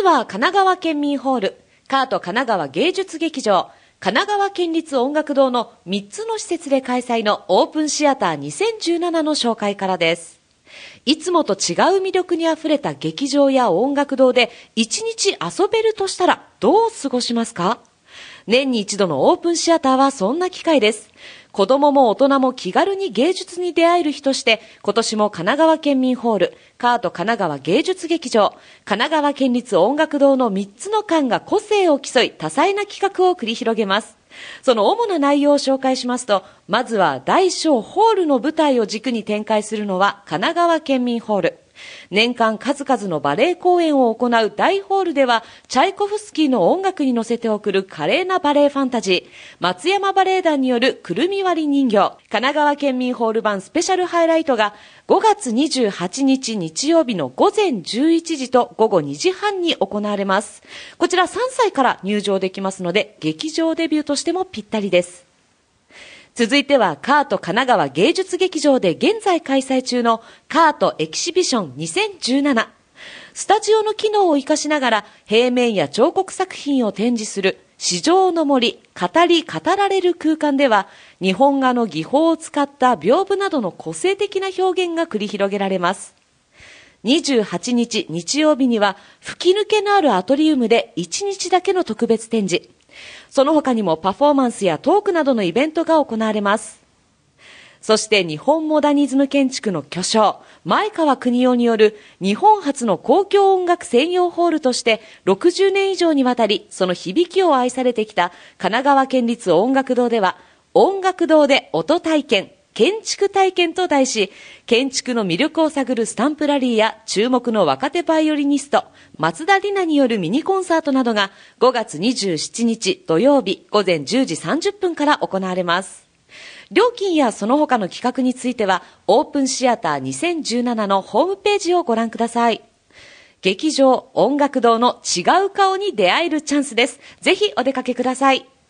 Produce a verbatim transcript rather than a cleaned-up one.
ずは神奈川県民ホール、カート神奈川芸術劇場、神奈川県立音楽堂のみっつの施設で開催のオープンシアターにせんじゅうななの紹介からです。いつもと違う魅力にあふれた劇場や音楽堂で一日遊べるとしたらどう過ごしますか？年に一度のオープンシアターはそんな機会です。子供も大人も気軽に芸術に出会える日として、今年も神奈川県民ホール、カート神奈川芸術劇場、神奈川県立音楽堂のみっつの館が個性を競い多彩な企画を繰り広げます。その主な内容を紹介しますと、まずは大小ホールの舞台を軸に展開するのは神奈川県民ホール。年間数々のバレエ公演を行う大ホールでは、チャイコフスキーの音楽に乗せて送る華麗なバレエファンタジー、松山バレエ団によるくるみ割り人形、神奈川県民ホール版スペシャルハイライトがごがつにじゅうはちにち日曜日のごぜんじゅういちじとごごにじはんに行われます。こちらさんさいから入場できますので、劇場デビューとしてもぴったりです。続いてはカート神奈川芸術劇場で現在開催中のカートエキシビションにせんじゅうなな。スタジオの機能を活かしながら平面や彫刻作品を展示する至上の森、語り語られる空間では、日本画の技法を使った屏風などの個性的な表現が繰り広げられます。にじゅうはちにち日曜日には吹き抜けのあるアトリウムでいちにちだけの特別展示。その他にもパフォーマンスやトークなどのイベントが行われます。そして日本モダニズム建築の巨匠、前川邦夫による日本初の公共音楽専用ホールとしてろくじゅうねん以上にわたりその響きを愛されてきた神奈川県立音楽堂では、音楽堂で音体験、建築体験と題し、建築の魅力を探るスタンプラリーや注目の若手バイオリニスト、松田里奈によるミニコンサートなどがごがつにじゅうしちにち土曜日ごぜんじゅうじさんじゅっぷんから行われます。料金やその他の企画については、オープンシアターにせんじゅうななのホームページをご覧ください。劇場、音楽堂の違う顔に出会えるチャンスです。ぜひお出かけください。